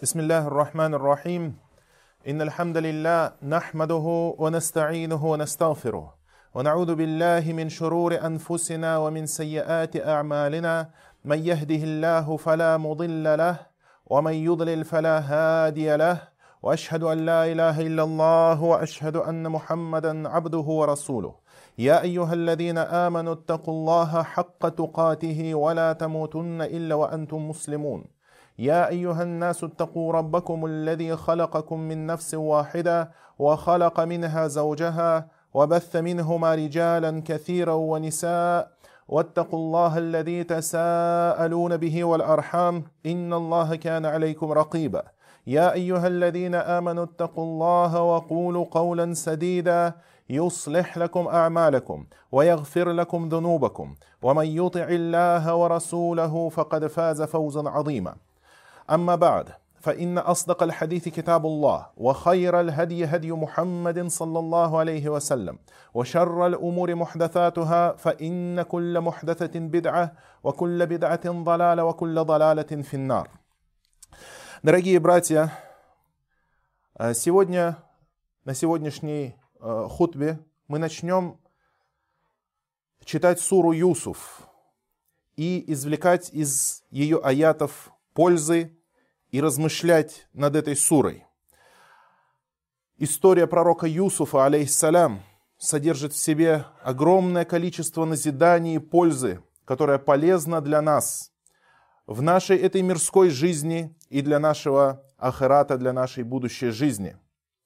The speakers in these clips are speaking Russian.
بسم الله الرحمن الرحيم إن الحمد لله نحمده ونستعينه ونستغفره ونعوذ بالله من شرور أنفسنا ومن سيئات أعمالنا من يهده الله فلا مضل له ومن يضلل فلا هادي له وأشهد أن لا إله إلا الله وأشهد أن محمدا عبده ورسوله يا أيها الذين آمنوا اتقوا الله حق تقاته ولا تموتن إلا وأنتم مسلمون يا أيها الناس اتقوا ربكم الذي خلقكم من نفس واحدة وخلق منها زوجها وبث منهما رجالا كثيرا ونساء واتقوا الله الذي تساءلون به والأرحام إن الله كان عليكم رقيبا يا أيها الذين آمنوا اتقوا الله وقولوا قولا سديدا يصلح لكم أعمالكم ويغفر لكم ذنوبكم ومن يطع الله ورسوله فقد فاز فوزا عظيما أما بعد فإن أصدق الحديث كتاب الله وخير الهدي هدي محمد صلى الله عليه وسلم وشر الأمور محدثاتها فإن كل محدثة بدعة وكل بدعة ضلالة وكل ضلالة في النار. Дорогие братья, сегодня, на сегодняшней хутбе мы начнем читать суру Юсуф и извлекать из ее аятов пользы и размышлять над этой сурой. История пророка Юсуфа, алейхиссалям, содержит в себе огромное количество назиданий и пользы, которая полезна для нас в нашей этой мирской жизни и для нашего ахирата, для нашей будущей жизни.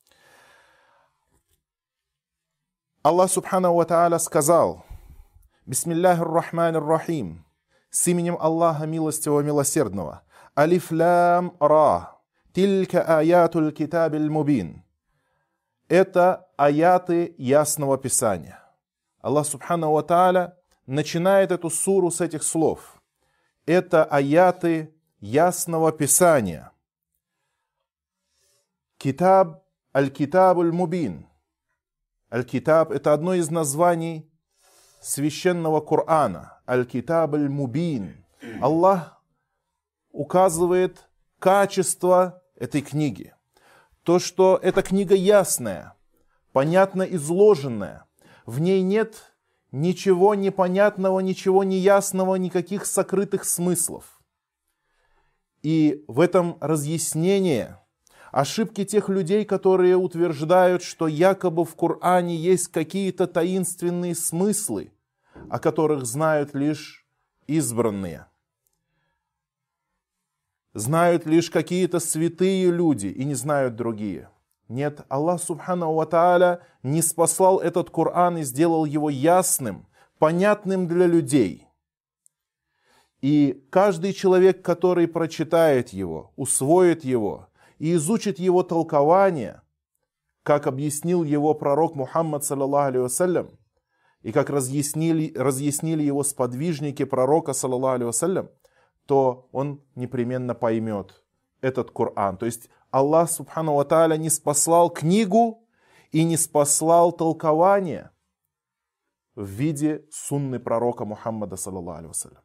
Аллах Субханаху ва Тааля сказал: «Бисмиллахир рахманир рахим», с именем Аллаха Милостивого Милосердного. Алиф лам ра, тилька аятуль китабиль мубин. Это аяты ясного писания. Аллах Субханаху ва Тааля начинает эту суру с этих слов. Это аяты ясного писания. Китаб, аль-китабуль мубин. Аль-китаб — это одно из названий священного Корана. Аль-китабуль мубин. Аллах указывает качество этой книги. То, что эта книга ясная, понятно изложенная. В ней нет ничего непонятного, ничего неясного, никаких сокрытых смыслов. И в этом разъяснение ошибки тех людей, которые утверждают, что якобы в Коране есть какие-то таинственные смыслы, о которых знают лишь избранные. Знают лишь какие-то святые люди и не знают другие. Нет, Аллах Субханаху ва Тааля не спаслал этот Коран и сделал его ясным, понятным для людей. И каждый человек, который прочитает его, усвоит его и изучит его толкование, как объяснил его пророк Мухаммад, саллаллаху алейхи вассалям, и как разъяснили его сподвижники пророка, саллаллаху алейхи вассалям, то он непременно поймет этот Коран. То есть Аллах Субханаху ва Тааля не спаслал книгу и не спаслал толкование в виде сунны пророка Мухаммада, саллаллаху алейхи вассалям.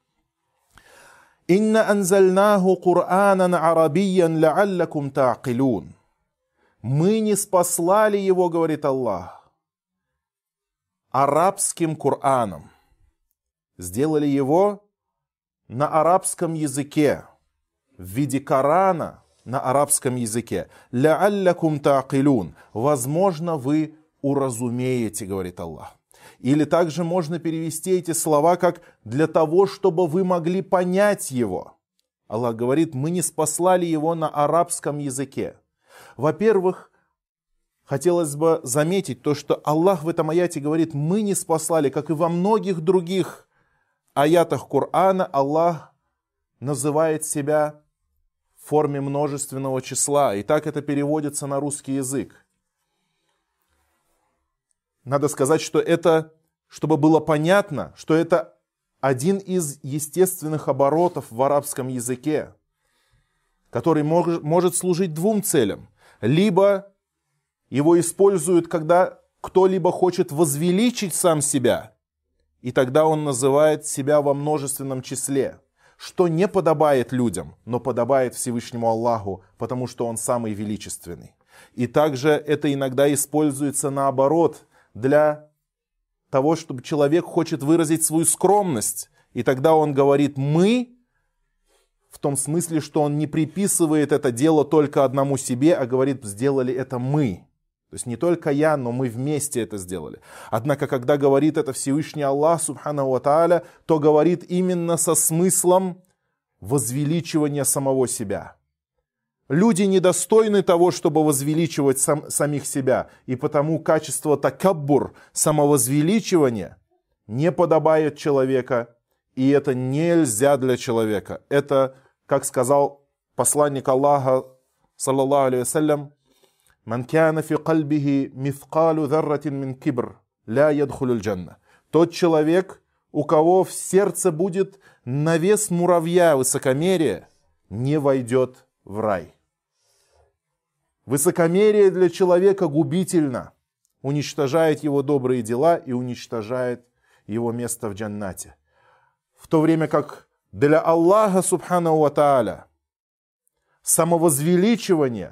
«Инна анзальнаху Кур'анан арабиян ла'аллакум та'акилун». Мы не спаслали его, говорит Аллах, арабским Кор'аном. Сделали его на арабском языке, в виде Корана на арабском языке. «Ля'аллякум та'акилун». Возможно, вы уразумеете, говорит Аллах. Или также можно перевести эти слова как «для того, чтобы вы могли понять его». Аллах говорит, мы не спаслали его на арабском языке. Во-первых, хотелось бы заметить то, что Аллах в этом аяте говорит, мы не спаслали, как и во многих других аятах Корана Аллах называет себя в форме множественного числа. И так это переводится на русский язык. Надо сказать, что это, чтобы было понятно, что это один из естественных оборотов в арабском языке, который может служить двум целям. Либо его используют, когда кто-либо хочет возвеличить сам себя, и тогда он называет себя во множественном числе. что не подобает людям, но подобает Всевышнему Аллаху, потому что Он самый величественный. И также это иногда используется наоборот, для того, чтобы человек хочет выразить свою скромность. И тогда он говорит «мы», в том смысле, что он не приписывает это дело только одному себе, а говорит «сделали это мы». То есть не только я, но мы вместе это сделали. Однако, когда говорит это Всевышний Аллах, субханаху ва тааля, то говорит именно со смыслом возвеличивания самого себя. Люди недостойны того, чтобы возвеличивать самих себя, и потому качество такаббур, самовозвеличивания, не подобает человека, и это нельзя для человека. Это, как сказал посланник Аллаха, саллаллаху алейхи вассалям, «Ман кяна фи кальбихи мithqalu дharратин мин кибр, ля ядхулюль джанна». Тот человек, у кого в сердце будет навес муравья высокомерия, не войдет в рай. Высокомерие для человека губительно, уничтожает его добрые дела и уничтожает его место в джаннате. В то время как для Аллаха, субханаху ва тааля, самовозвеличивание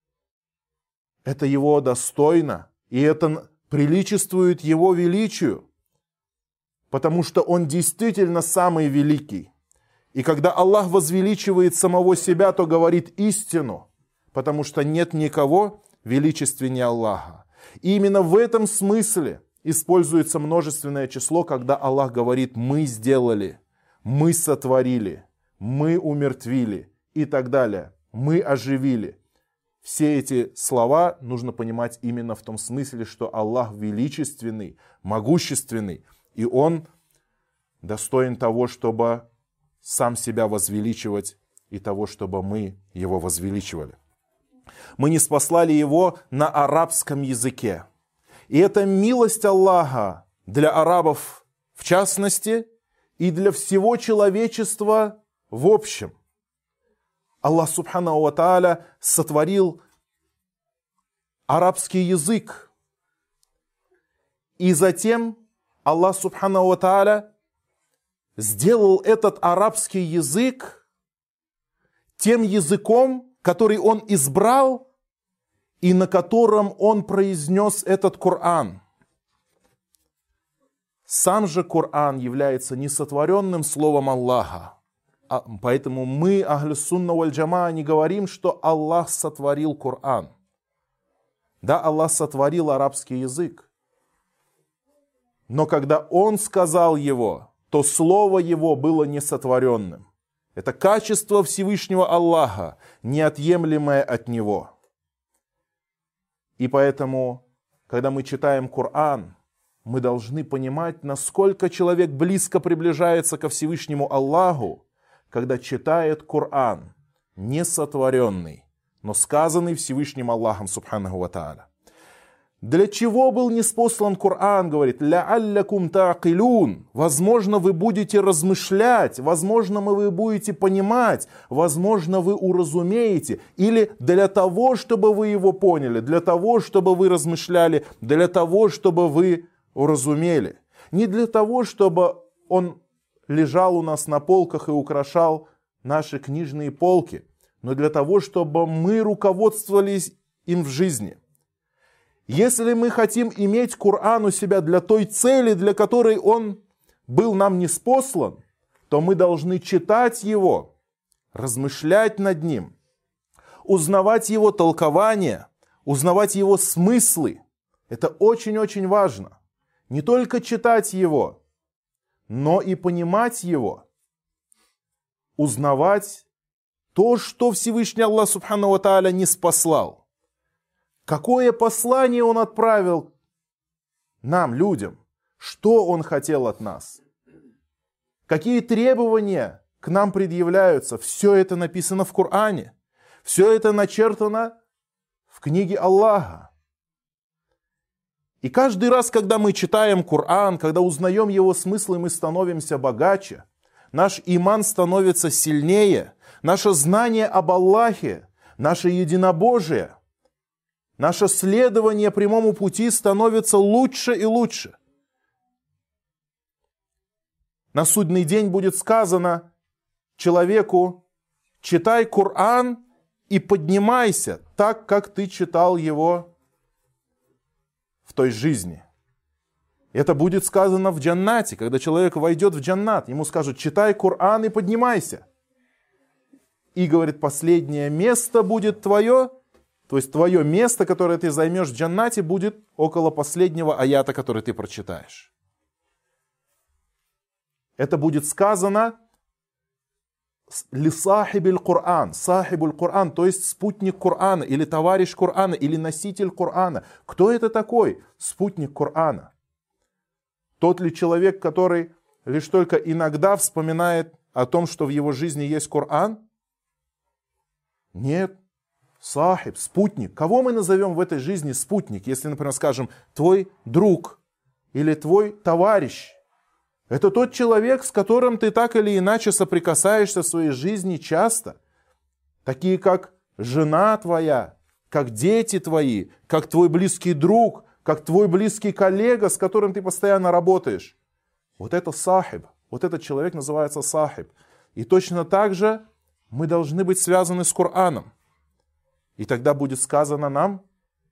– это его достойно, и это приличествует его величию, потому что он действительно самый великий. И когда Аллах возвеличивает самого себя, то говорит истину, потому что нет никого величественнее Аллаха. И именно в этом смысле используется множественное число, когда Аллах говорит «мы сделали», «мы сотворили», «мы умертвили» и так далее, «мы оживили». Все эти слова нужно понимать именно в том смысле, что Аллах величественный, могущественный, и Он достоин того, чтобы сам себя возвеличивать, и того, чтобы мы Его возвеличивали. Мы ниспослали Его на арабском языке. И это милость Аллаха для арабов в частности и для всего человечества в общем. Аллах субханаху ва тааля сотворил арабский язык. И затем Аллах субханаху ва тааля сделал этот арабский язык тем языком, который Он избрал и на котором Он произнес этот Коран. Сам же Коран является несотворенным словом Аллаха. Поэтому мы, ахлю сунна валь джамаа, не говорим, что Аллах сотворил Коран. Да, Аллах сотворил арабский язык. Но когда Он сказал его, то слово Его было несотворенным. Это качество Всевышнего Аллаха, неотъемлемое от Него. И поэтому, когда мы читаем Коран, мы должны понимать, насколько человек близко приближается ко Всевышнему Аллаху, когда читает Коран, не сотворенный, но сказанный Всевышним Аллахом, субханаху ва тааля. Для чего был ниспослан Коран, говорит, «Ля'аллякум та'акилун». Возможно, вы будете размышлять, возможно, вы будете понимать, возможно, вы уразумеете. Или для того, чтобы вы его поняли, для того, чтобы вы размышляли, для того, чтобы вы уразумели. Не для того, чтобы он лежал у нас на полках и украшал наши книжные полки, но для того, чтобы мы руководствовались им в жизни. Если мы хотим иметь Коран у себя для той цели, для которой он был нам ниспослан, то мы должны читать его, размышлять над ним, узнавать его толкования, узнавать его смыслы. Это очень-очень важно. Не только читать его, но и понимать его, узнавать то, что Всевышний Аллах субханаху ва тааля ниспослал. Какое послание Он отправил нам, людям? Что Он хотел от нас? Какие требования к нам предъявляются? Все это написано в Коране. Все это начертано в книге Аллаха. И каждый раз, когда мы читаем Коран, когда узнаем его смыслы, мы становимся богаче. Наш иман становится сильнее. Наше знание об Аллахе, наше единобожие, наше следование прямому пути становится лучше и лучше. На судный день будет сказано, человеку: читай Коран и поднимайся так, как ты читал его в той жизни. Это будет сказано в джаннате, когда человек войдет в джаннат, ему скажут: читай Коран и поднимайся. И говорит, последнее место будет твое, то есть твое место, которое ты займешь в джаннате, будет около последнего аята, который ты прочитаешь. Это будет сказано лисахибиль Коран, сахибуль Коран, то есть спутник Корана, или товарищ Корана, или носитель Корана. Кто это такой? Спутник Корана. Тот ли человек, который лишь только иногда вспоминает о том, что в его жизни есть Коран? Нет. Сахиб, спутник. Кого мы назовем в этой жизни спутник? Если, например, скажем, твой друг или твой товарищ. Это тот человек, с которым ты так или иначе соприкасаешься в своей жизни часто. Такие как жена твоя, как дети твои, как твой близкий друг, как твой близкий коллега, с которым ты постоянно работаешь. Вот это сахиб. Вот этот человек называется сахиб. И точно так же мы должны быть связаны с Кораном. И тогда будет сказано нам: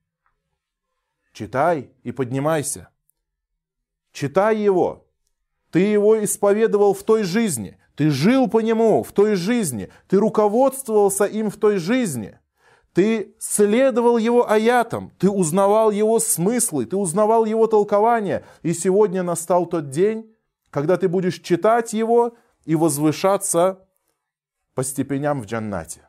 читай и поднимайся. Читай его. Ты его исповедовал в той жизни. Ты жил по нему в той жизни. Ты руководствовался им в той жизни. Ты следовал его аятам. Ты узнавал его смыслы. Ты узнавал его толкования. И сегодня настал тот день, когда ты будешь читать его и возвышаться по степеням в джаннате.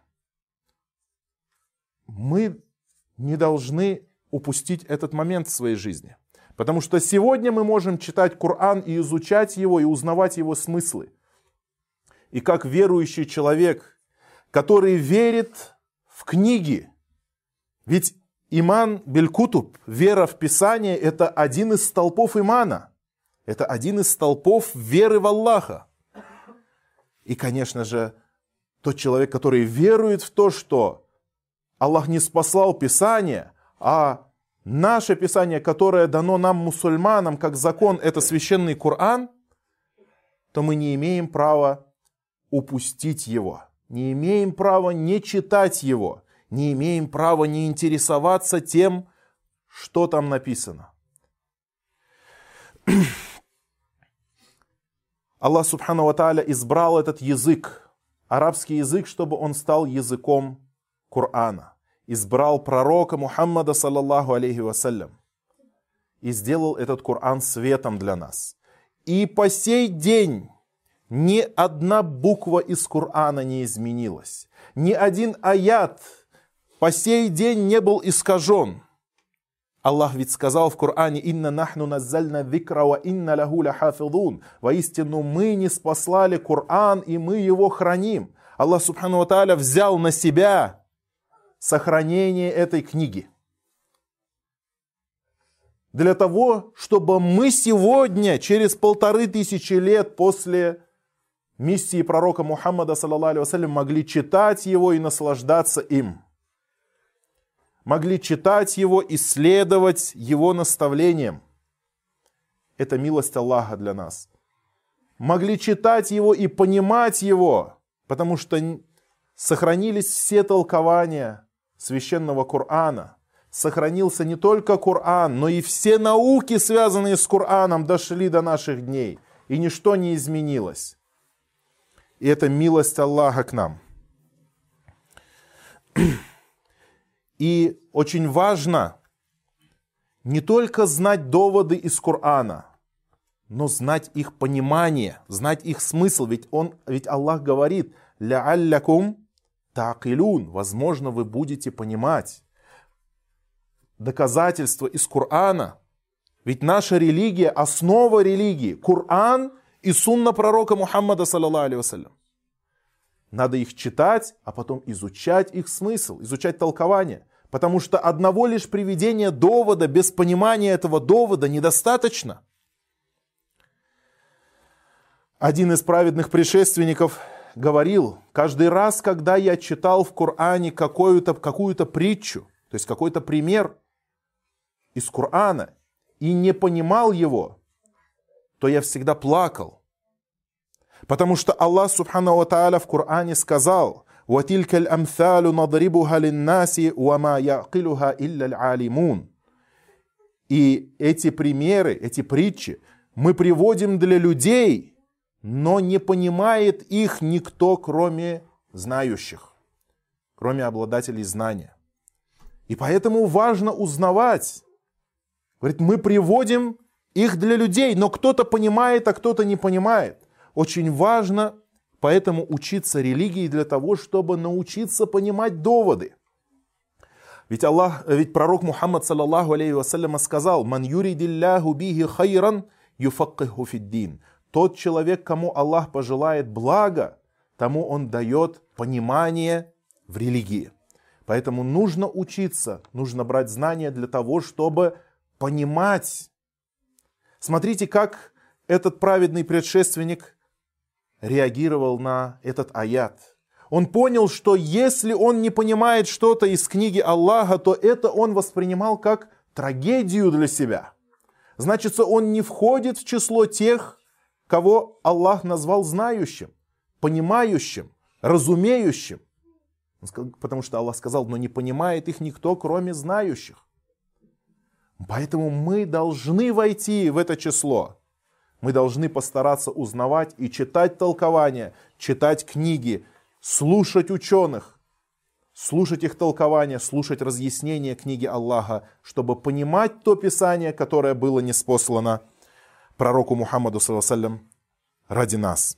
Мы не должны упустить этот момент в своей жизни. Потому что сегодня мы можем читать Коран и изучать его, и узнавать его смыслы. И как верующий человек, который верит в книги, ведь иман биль-кутуб, вера в Писание, это один из столпов имана. Это один из столпов веры в Аллаха. И, конечно же, тот человек, который верует в то, что Аллах не спаслал Писание, а наше Писание, которое дано нам, мусульманам, как закон, это священный Коран, то мы не имеем права упустить его. Не имеем права не читать его. Не имеем права не интересоваться тем, что там написано. Аллах Субхану ва Тааля избрал этот язык, арабский язык, чтобы он стал языком Корана. Избрал пророка Мухаммада, саллаллаху алейхи вассалям, и сделал этот Коран светом для нас. И по сей день ни одна буква из Корана не изменилась. Ни один аят по сей день не был искажен. Аллах ведь сказал в Коране: «Инна нахну наззальна зикра ва инна лаху лахафидун». Воистину мы не спаслали Коран, и мы его храним. Аллах Субхану ва Тааля взял на себя сохранение этой книги. Для того, чтобы мы сегодня, через 1500 лет после миссии пророка Мухаммада, саллаллаху алейхи вассалям, могли читать его и наслаждаться им. Могли читать его, исследовать его наставлением. Это милость Аллаха для нас. Могли читать его и понимать его, потому что сохранились все толкования священного Корана. Сохранился не только Коран, но и все науки, связанные с Кораном, дошли до наших дней. И ничто не изменилось. И это милость Аллаха к нам. И очень важно не только знать доводы из Корана, но знать их понимание, знать их смысл. Ведь Аллах говорит: «Ля'аллякум та'акилун», возможно, вы будете понимать. Доказательства из Корана. Ведь наша религия, основа религии, Коран и сунна пророка Мухаммада, саллаллаху алейхи вассалям. Надо их читать, а потом изучать их смысл, изучать толкование. Потому что одного лишь приведения довода без понимания этого довода недостаточно. Один из праведных предшественников говорил: каждый раз, когда я читал в Коране какую-то притчу, то есть какой-то пример из Корана, и не понимал его, то я всегда плакал. Потому что Аллах Субхану ва Тааля в Коране сказал: «Ватилка аль-амтhalу надрибуха лин-наси ва ма я'килуха илля аль-алимун». И эти примеры, эти притчи мы приводим для людей, но не понимает их никто, кроме знающих, кроме обладателей знания. И поэтому важно узнавать. Говорит, мы приводим их для людей, но кто-то понимает, а кто-то не понимает. Очень важно поэтому учиться религии для того, чтобы научиться понимать доводы. Ведь пророк Мухаммад саллаллаху алейхи вассаляма сказал: «Ман юридилляху бихи хайран юфаккиху фиддин». Тот человек, кому Аллах пожелает блага, тому он дает понимание в религии. Поэтому нужно учиться, нужно брать знания для того, чтобы понимать. Смотрите, как этот праведный предшественник реагировал на этот аят. Он понял, что если он не понимает что-то из книги Аллаха, то это он воспринимал как трагедию для себя. Значит, он не входит в число тех, кого Аллах назвал знающим, понимающим, разумеющим. Потому что Аллах сказал: но не понимает их никто, кроме знающих. Поэтому мы должны войти в это число. Мы должны постараться узнавать и читать толкования, читать книги, слушать ученых, слушать их толкования, слушать разъяснения книги Аллаха, чтобы понимать то Писание, которое было ниспослано пророку Мухаммаду саллаллаху алейхи ва саллям ради нас.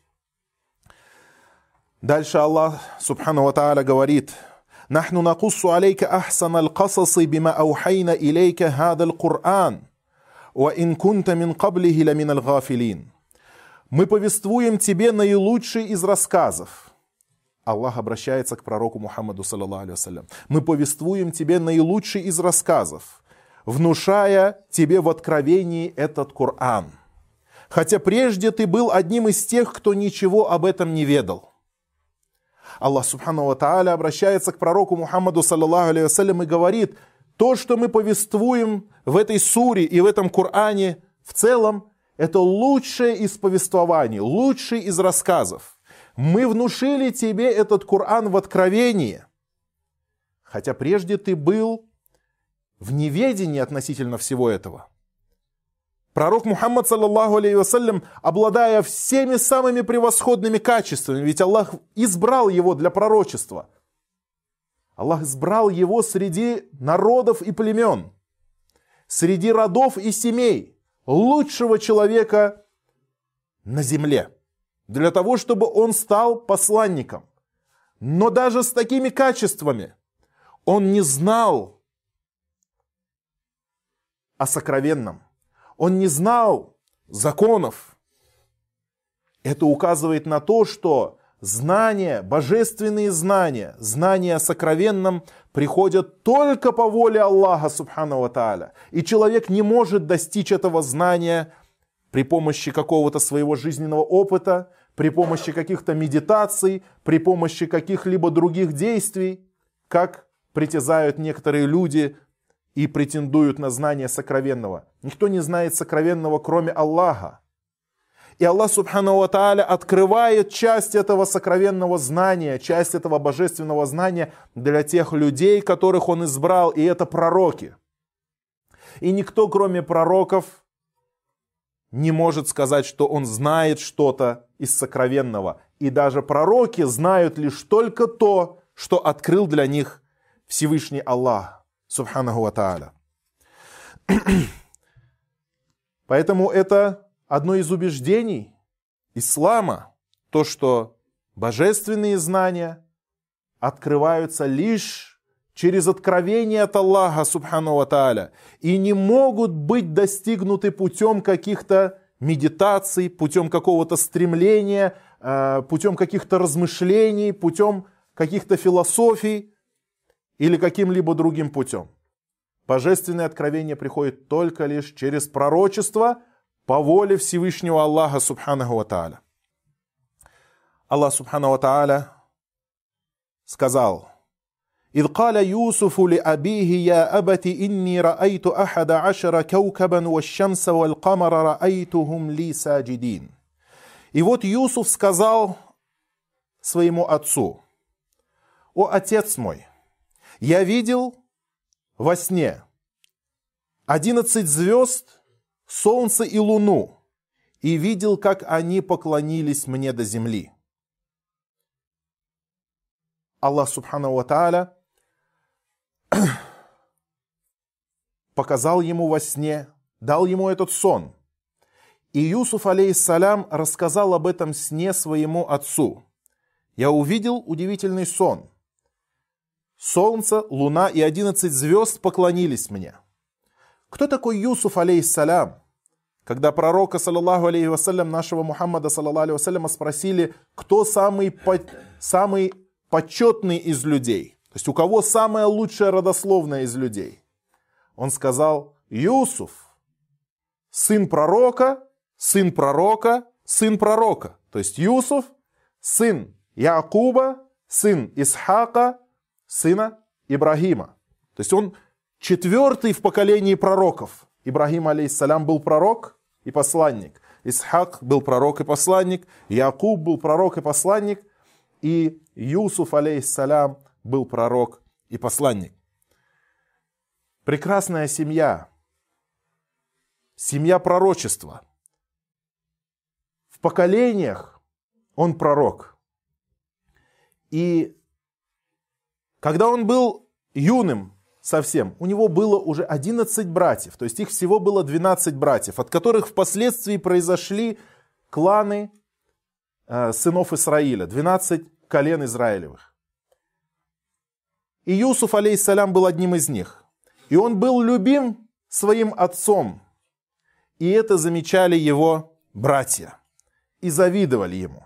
Дальше Аллах Субхану ва Тааля говорит: «Нахну накуссу алейка ахсана аль-касасы бима аухайна илейка хада аль-Кур'ан, ва ин кунта мин каблихи ла мин аль-гафилин». Мы повествуем тебе наилучший из рассказов. Аллах обращается к пророку Мухаммаду саллаллаху алейхи ва саллям. Мы повествуем тебе наилучший из рассказов, внушая тебе в откровении этот Коран. Хотя прежде ты был одним из тех, кто ничего об этом не ведал. Аллах Субхану ва Тааля обращается к пророку Мухаммаду саллаллаху алейхи ва саллям и говорит: то, что мы повествуем в этой суре и в этом Коране в целом, это лучшее из повествований, лучший из рассказов. Мы внушили тебе этот Коран в откровении, хотя прежде ты был в неведении относительно всего этого. Пророк Мухаммад, саллаллаху алейхи вассалям, обладая всеми самыми превосходными качествами, ведь Аллах избрал его для пророчества. Аллах избрал его среди народов и племен, среди родов и семей, лучшего человека на земле, для того, чтобы он стал посланником. Но даже с такими качествами он не знал о сокровенном. Он не знал законов. Это указывает на то, что знания, божественные знания, знания о сокровенном приходят только по воле Аллаха Субхану ва Тааля. И человек не может достичь этого знания при помощи какого-то своего жизненного опыта, при помощи каких-то медитаций, при помощи каких-либо других действий, как притязают некоторые люди и претендуют на знание сокровенного. Никто не знает сокровенного, кроме Аллаха. И Аллах Субхану ва Тааля открывает часть этого сокровенного знания, часть этого божественного знания для тех людей, которых Он избрал, и это пророки. И никто, кроме пророков, не может сказать, что он знает что-то из сокровенного. И даже пророки знают лишь только то, что открыл для них Всевышний Аллах Субханаху ва Тааля. Поэтому это одно из убеждений ислама, то, что божественные знания открываются лишь через откровение от Аллаха Субхану ва Тааля и не могут быть достигнуты путем каких-то медитаций, путем какого-то стремления, путем каких-то размышлений, путем каких-то философий или каким-либо другим путем. Божественное откровение приходит только лишь через пророчество по воле Всевышнего Аллаха Субханаху ва Тааля. Аллах Субхану ва Тааля сказал: «Идh каля Юсуфу ли абихи я абати инни раайту ахада ашара каукабан ва шамса вал камара раайтухум ли саджидин». И вот Юсуф сказал своему отцу: «О, отец мой, я видел во сне 11 звезд, солнце и луну, и видел, как они поклонились мне до земли». Аллах Субхану ва Тааля показал ему во сне, дал ему этот сон. И Юсуф, алейхиссалям, рассказал об этом сне своему отцу. «Я увидел удивительный сон. Солнце, луна и 11 звезд поклонились мне». Кто такой Юсуф, алейхиссалям? Когда пророка, саллаллаху алейхи вассалям, нашего Мухаммада, саллаллаху алейхи вассаляма, спросили, кто самый почетный из людей, то есть у кого самая лучшая родословная из людей, он сказал: Юсуф, сын пророка, сын пророка, сын пророка. То есть Юсуф, сын Якуба, сын Исхака, сына Ибрагима. То есть он четвертый в поколении пророков. Ибрагим, алейхиссалям, был пророк и посланник. Исхак был пророк и посланник. Якуб был пророк и посланник. И Юсуф, алейхиссалям, был пророк и посланник. Прекрасная семья. Семья пророчества. В поколениях он пророк. И когда он был юным совсем, у него было уже 11 братьев. То есть их всего было 12 братьев, от которых впоследствии произошли кланы сынов Исраиля. 12 колен Израилевых. И Юсуф, алейхиссалям, был одним из них. И он был любим своим отцом. И это замечали его братья. И завидовали ему.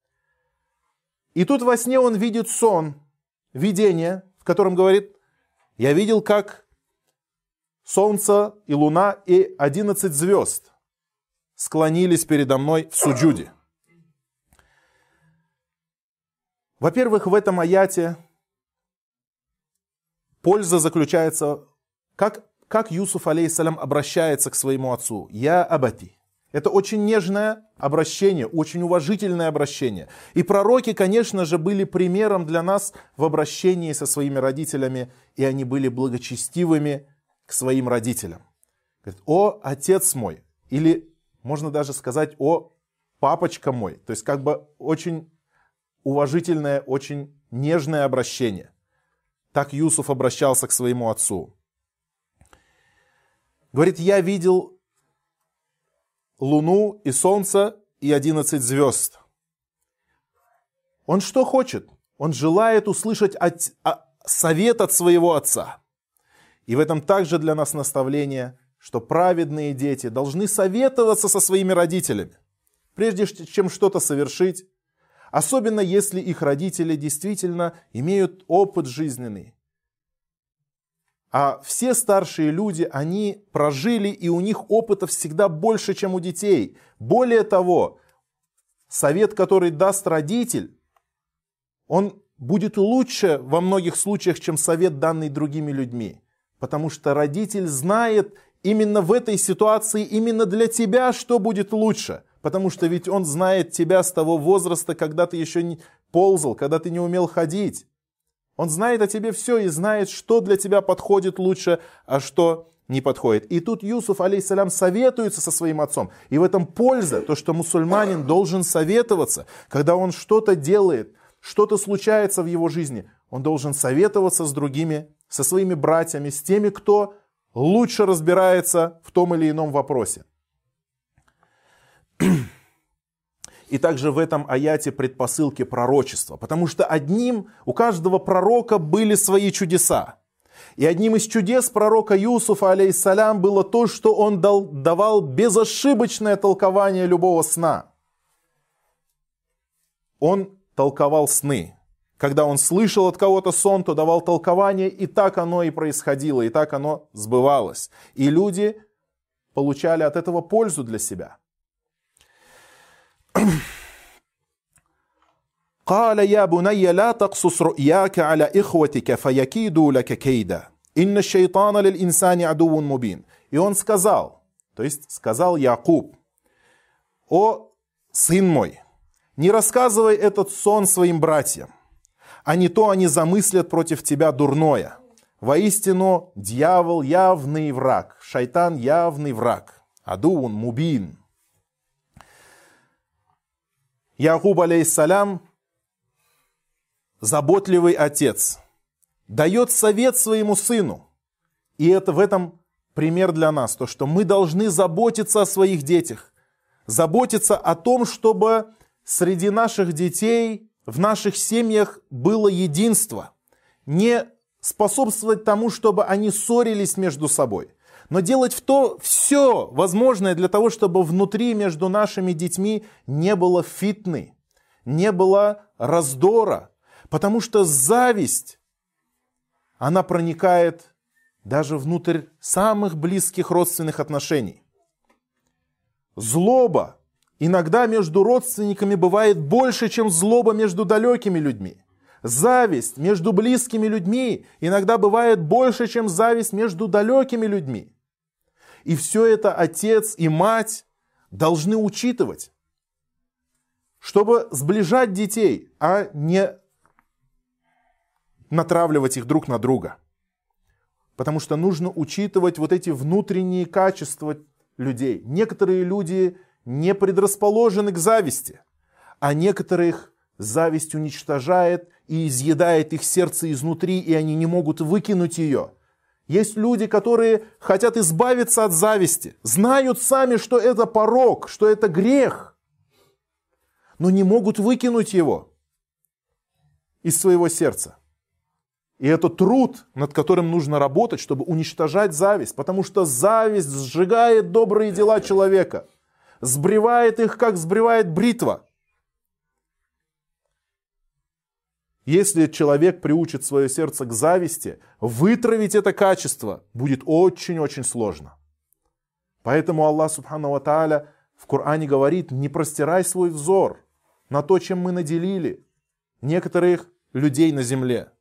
И тут во сне он видит сон, видение, в котором говорит: я видел, как солнце и луна и 11 звезд склонились передо мной в суджуде. Во-первых, в этом аяте польза заключается, как Юсуф, алейхиссалям, обращается к своему отцу. Я абати. Это очень нежное обращение, очень уважительное обращение. И пророки, конечно же, были примером для нас в обращении со своими родителями, и они были благочестивыми к своим родителям. Говорит: о, отец мой, или можно даже сказать: о, папочка мой. То есть как бы очень уважительное, очень нежное обращение. Так Юсуф обращался к своему отцу. Говорит: я видел луну и солнце и 11 звезд. Он что хочет? Он желает услышать совет от своего отца. И в этом также для нас наставление, что праведные дети должны советоваться со своими родителями, прежде чем что-то совершить. Особенно если их родители действительно имеют опыт жизненный. А все старшие люди, они прожили, и у них опыта всегда больше, чем у детей. Более того, совет, который даст родитель, он будет лучше во многих случаях, чем совет, данный другими людьми. Потому что родитель знает именно в этой ситуации, именно для тебя, что будет лучше. Потому что ведь он знает тебя с того возраста, когда ты еще не ползал, когда ты не умел ходить. Он знает о тебе все и знает, что для тебя подходит лучше, а что не подходит. И тут Юсуф, алейхиссалям, советуется со своим отцом. И в этом польза, то, что мусульманин должен советоваться, когда он что-то делает, что-то случается в его жизни, он должен советоваться с другими, со своими братьями, с теми, кто лучше разбирается в том или ином вопросе. И также в этом аяте предпосылки пророчества. Потому что у каждого пророка были свои чудеса. И одним из чудес пророка Юсуфа, алейхиссалям, было то, что он давал безошибочное толкование любого сна. Он толковал сны. Когда он слышал от кого-то сон, то давал толкование, и так оно и происходило, и так оно сбывалось. И люди получали от этого пользу для себя. قال يا بني لا تقصص رؤياك على إخوتك فيكيدوا لك كيدا إن الشيطان للإنسان عدو мубин. И он сказал, то есть сказал Якуб: о сын мой, не рассказывай этот сон своим братьям, а не то они замыслят против тебя дурное. Воистину, дьявол явный враг, шайтан явный враг. Адуун мубин. Якуб алейхиссалям, заботливый отец, дает совет своему сыну. И это в этом пример для нас, то, что мы должны заботиться о своих детях, заботиться о том, чтобы среди наших детей, в наших семьях было единство, не способствовать тому, чтобы они ссорились между собой, но делать все возможное для того, чтобы внутри между нашими детьми не было фитны, не было раздора, потому что зависть, она проникает даже внутрь самых близких родственных отношений. Злоба иногда между родственниками бывает больше, чем злоба между далекими людьми. Зависть между близкими людьми иногда бывает больше, чем зависть между далекими людьми. И все это отец и мать должны учитывать, чтобы сближать детей, а не натравливать их друг на друга. Потому что нужно учитывать вот эти внутренние качества людей. Некоторые люди не предрасположены к зависти, а некоторых зависть уничтожает и изъедает их сердце изнутри, и они не могут выкинуть ее. Есть люди, которые хотят избавиться от зависти, знают сами, что это порок, что это грех, но не могут выкинуть его из своего сердца. И это труд, над которым нужно работать, чтобы уничтожать зависть, потому что зависть сжигает добрые дела человека, сбривает их, как сбривает бритва. Если человек приучит свое сердце к зависти, вытравить это качество будет очень-очень сложно. Поэтому Аллах Субхану ва Тааля в Коране говорит: не простирай свой взор на то, чем мы наделили некоторых людей на земле.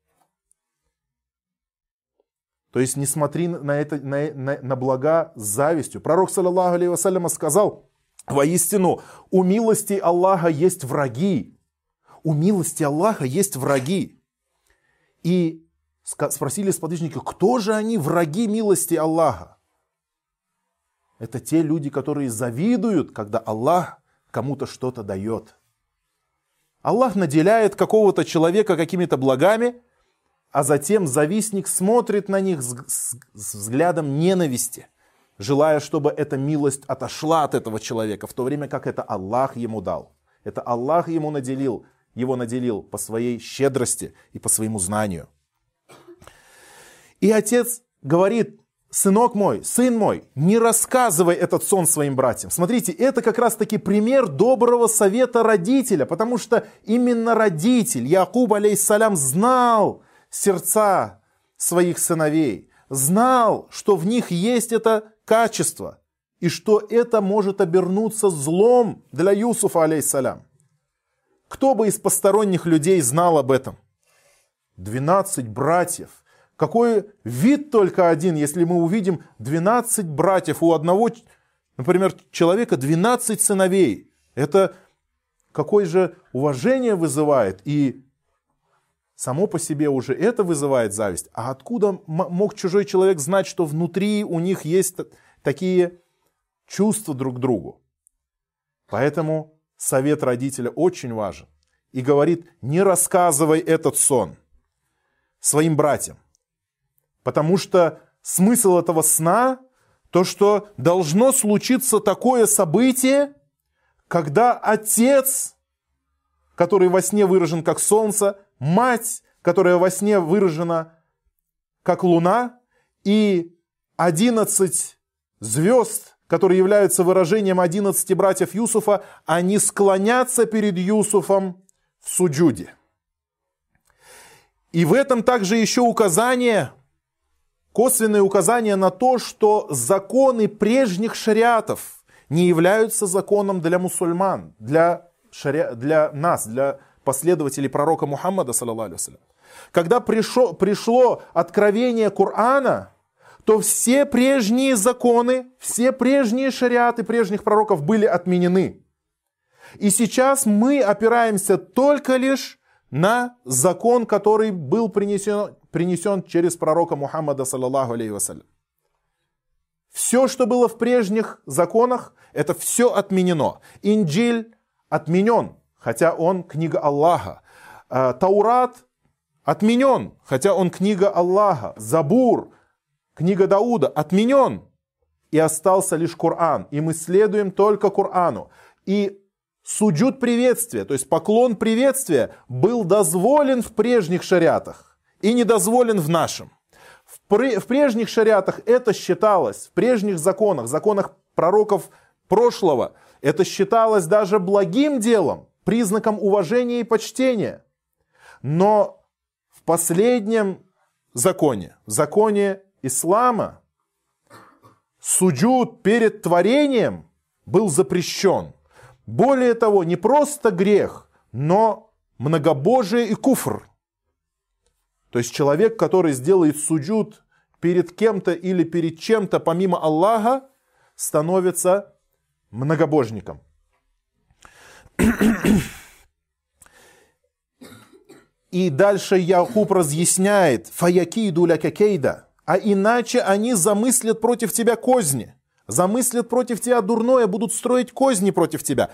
То есть не смотри на блага с завистью. Пророк, саллаллаху алейхи вассалям, сказал: воистину, у милости Аллаха есть враги. У милости Аллаха есть враги. И спросили сподвижники: кто же они, враги милости Аллаха? Это те люди, которые завидуют, когда Аллах кому-то что-то дает. Аллах наделяет какого-то человека какими-то благами, а затем завистник смотрит на них с взглядом ненависти, желая, чтобы эта милость отошла от этого человека, в то время как это Аллах ему дал. Это Аллах его наделил по своей щедрости и по своему знанию. И отец говорит: сынок мой, сын мой, не рассказывай этот сон своим братьям. Смотрите, это как раз таки пример доброго совета родителя, потому что именно родитель, Якуб алейхиссалям, знал сердца своих сыновей, знал, что в них есть это качество, и что это может обернуться злом для Юсуфа алейхиссалям. Кто бы из посторонних людей знал об этом? 12 братьев. Какой вид только один, если мы увидим 12 братьев, у одного, например, человека 12 сыновей. Это какое же уважение вызывает, и само по себе уже это вызывает зависть. А откуда мог чужой человек знать, что внутри у них есть такие чувства друг к другу? Поэтому совет родителя очень важен. И говорит: не рассказывай этот сон своим братьям. Потому что смысл этого сна, то, что должно случиться такое событие, когда отец, который во сне выражен как солнце, мать, которая во сне выражена как луна, и 11 звезд, которые являются выражением 11 братьев Юсуфа, они склонятся перед Юсуфом в суджуде. И в этом также еще указание, косвенное указание на то, что законы прежних шариатов не являются законом для мусульман, для нас, для последователей пророка Мухаммада, саллаллаху алейхи вассалям. Когда пришло откровение Корана, то все прежние законы, все прежние шариаты прежних пророков были отменены. И сейчас мы опираемся только лишь на закон, который был принесен через пророка Мухаммада, саллаллаху алейхи вассалям. Все, что было в прежних законах, это все отменено. Инджиль отменен, хотя он книга Аллаха. Таурат отменен, хотя он книга Аллаха. Забур, книга Дауда, отменен. И остался лишь Коран. И мы следуем только Корану. И суджуд приветствия, то есть поклон приветствия, был дозволен в прежних шариатах и не дозволен в нашем. В прежних шариатах это считалось, в прежних законах пророков прошлого, это считалось даже благим делом, признаком уважения и почтения. Но в последнем законе, в законе ислама, суджуд перед творением был запрещен. Более того, не просто грех, но многобожие и куфр. То есть человек, который сделает суджуд перед кем-то или перед чем-то помимо Аллаха, становится многобожником. И дальше Якуб разъясняет: «Фаякиду ляка кейда», а иначе они замыслят против тебя козни, замыслят против тебя дурное, будут строить козни против тебя.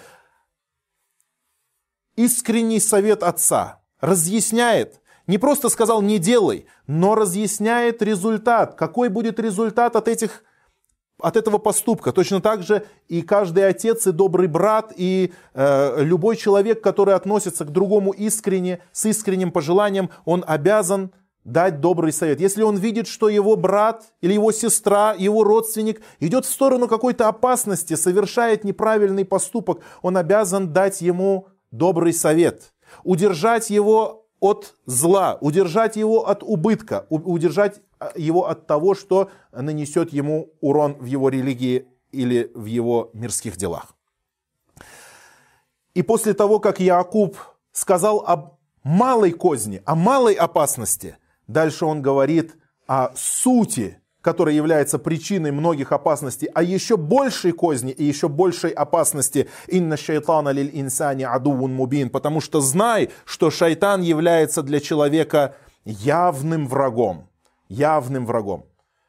Искренний совет отца разъясняет, не просто сказал «не делай», но разъясняет результат. Какой будет результат от этого поступка? Точно так же и каждый отец, и добрый брат, и любой человек, который относится к другому искренне, с искренним пожеланием, он обязан дать добрый совет. Если он видит, что его брат или его сестра, его родственник идет в сторону какой-то опасности, совершает неправильный поступок, он обязан дать ему добрый совет, удержать его от зла, удержать его от убытка, удержать его от того, что нанесет ему урон в его религии или в его мирских делах. И после того, как Якуб сказал об малой козни, о малой опасности, дальше он говорит о сути, которая является причиной многих опасностей, а еще большей козни и еще большей опасности. «Инна шайтана лиль инсани адувун мубин», потому что знай, что шайтан является для человека явным врагом. Явным врагом.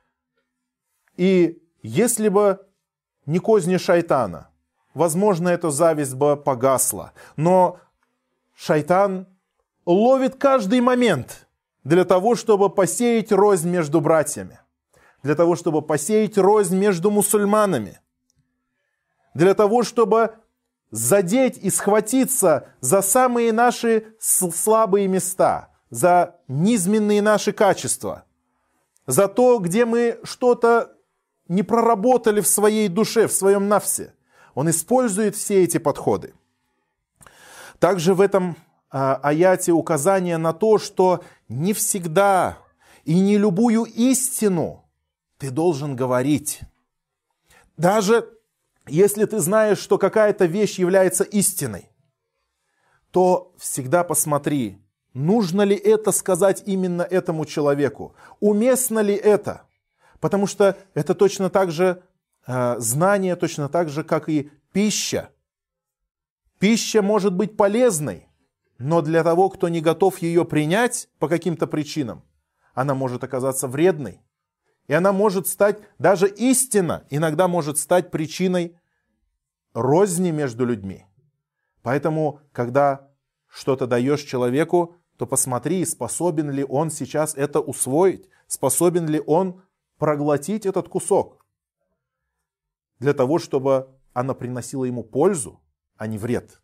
И если бы не козни шайтана, возможно, эта зависть бы погасла. Но шайтан ловит каждый момент для того, чтобы посеять рознь между братьями, для того, чтобы посеять рознь между мусульманами, для того, чтобы задеть и схватиться за самые наши слабые места, за низменные наши качества, за то, где мы что-то не проработали в своей душе, в своем нафсе. Он использует все эти подходы. Также в этом аяте указание на то, что не всегда и не любую истину ты должен говорить. Даже если ты знаешь, что какая-то вещь является истиной, то всегда посмотри, нужно ли это сказать именно этому человеку, уместно ли это. Потому что это точно так же знание, точно так же, как и пища. Пища может быть полезной, но для того, кто не готов ее принять по каким-то причинам, она может оказаться вредной. И она может стать, даже истина иногда может стать причиной розни между людьми. Поэтому, когда что-то даешь человеку, то посмотри, способен ли он сейчас это усвоить, способен ли он проглотить этот кусок, для того, чтобы она приносила ему пользу, а не вред.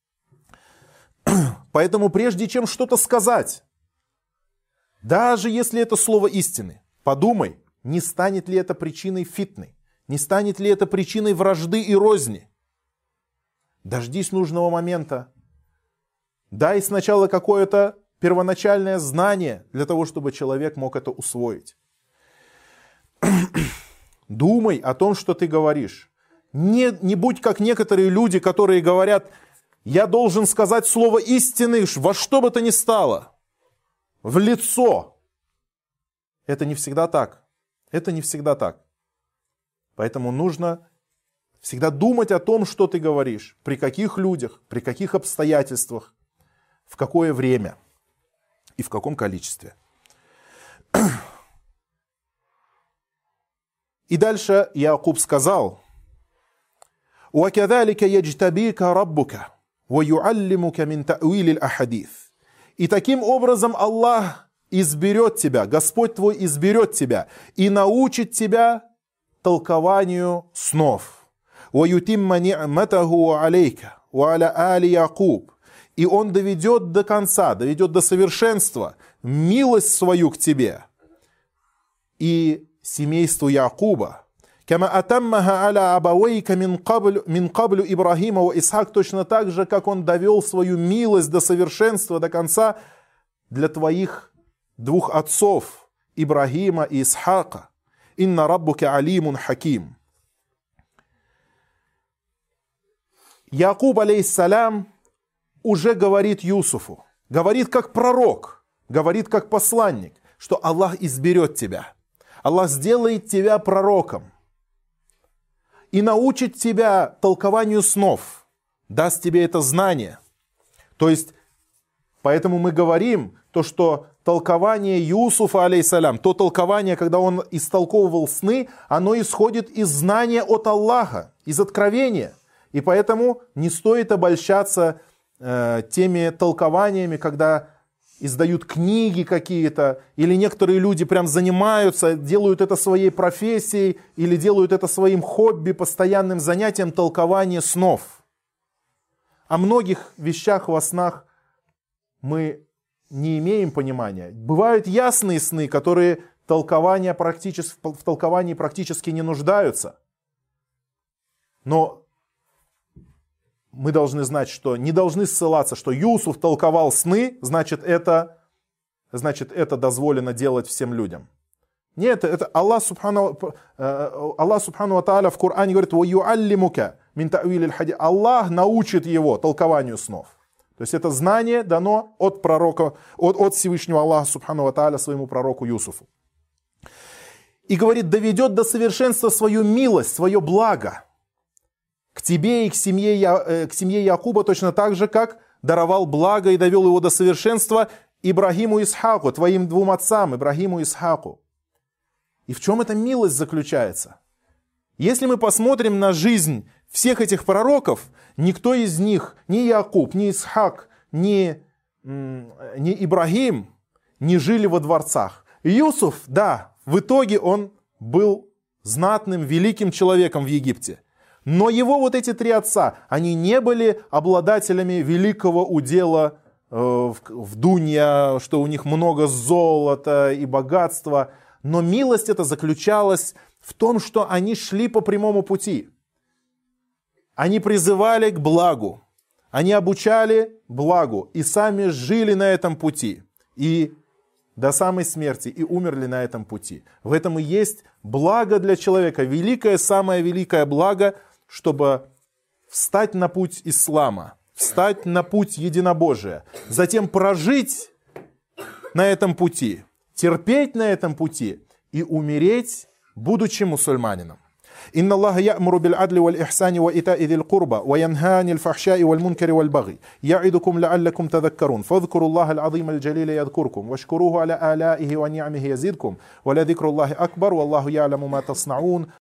Поэтому прежде чем что-то сказать, даже если это слово истины, подумай, не станет ли это причиной фитны, не станет ли это причиной вражды и розни. Дождись нужного момента. Дай сначала какое-то первоначальное знание для того, чтобы человек мог это усвоить. Думай о том, что ты говоришь. Не будь как некоторые люди, которые говорят: я должен сказать слово истины во что бы то ни стало, в лицо. Это не всегда так. Это не всегда так. Поэтому нужно Всегда думать о том, что ты говоришь, при каких людях, при каких обстоятельствах, в какое время и в каком количестве. И дальше Якуб сказал: وَكَذَلِكَ يَجْتَبِيكَ رَبُّكَ وَيُعَلِّمُكَ مِنْ تَأْوِيلِ الْأَحَادِيثِ. И таким образом Аллах изберет тебя, Господь твой изберет тебя и научит тебя толкованию снов. وَيُتِمَّ نِعْمَتَهُ عَلَيْكَ وَعَلَى آلِ يَعْقُوبَ. И Он доведет до конца, доведет до совершенства милость свою к тебе и семейству Якуба. «Кама атаммаха аля абавейка мин каблю Ибрахима ва Исхак», точно так же, как Он довел свою милость до совершенства, до конца для твоих двух отцов, Ибрахима и Исхака. «Инна раббука алимун хаким». Якуб, алейхиссалям, уже говорит Юсуфу, говорит как пророк, говорит как посланник, что Аллах изберет тебя. Аллах сделает тебя пророком и научит тебя толкованию снов, даст тебе это знание. То есть, поэтому мы говорим, то, что толкование Юсуфа, алейхиссалям, то толкование, когда он истолковывал сны, оно исходит из знания от Аллаха, из откровения. И поэтому не стоит обольщаться теми толкованиями, когда издают книги какие-то, или некоторые люди прям занимаются, делают это своей профессией, или делают это своим хобби, постоянным занятием толкования снов. О многих вещах во снах мы не имеем понимания. Бывают ясные сны, которые в толковании практически не нуждаются. Но мы должны знать, что не должны ссылаться, что Юсуф толковал сны, значит это дозволено делать всем людям. Нет, это Аллах Субхану ва Тааля в Коране говорит: «Ваюаллимука мин та'вилил хадис». Аллах научит его толкованию снов. То есть это знание дано от пророка, от Всевышнего Аллаха Субхану ва Тааля своему пророку Юсуфу. И говорит: доведет до совершенства свою милость, свое благо к тебе и к семье Якуба, точно так же, как даровал благо и довел его до совершенства Ибрахиму и Исхаку, твоим двум отцам, Ибрахиму и Исхаку. И в чем эта милость заключается? Если мы посмотрим на жизнь всех этих пророков, никто из них, ни Якуб, ни Исхак, ни Ибрахим не жили во дворцах. Юсуф, да, в итоге он был знатным, великим человеком в Египте. Но его вот эти три отца, они не были обладателями великого удела в дунья, что у них много золота и богатства. Но милость эта заключалась в том, что они шли по прямому пути. Они призывали к благу, они обучали благу и сами жили на этом пути. И до самой смерти, и умерли на этом пути. В этом и есть благо для человека, великое, самое великое благо, чтобы встать на путь ислама, встать на путь единобожия, затем прожить на этом пути, терпеть на этом пути и умереть, будучи мусульманином. إن الله يأمر بالعدل والإحسان وإيتاء ذي القربى وينهى عن الفحشاء والمنكر والبغي يعظكم لعلكم تذكرون فاذكروا الله العظيم الجليل يذكركم واشكروه على آلائه ونعمه يزدكم ولذكر الله أكبر والله يعلم ما تصنعون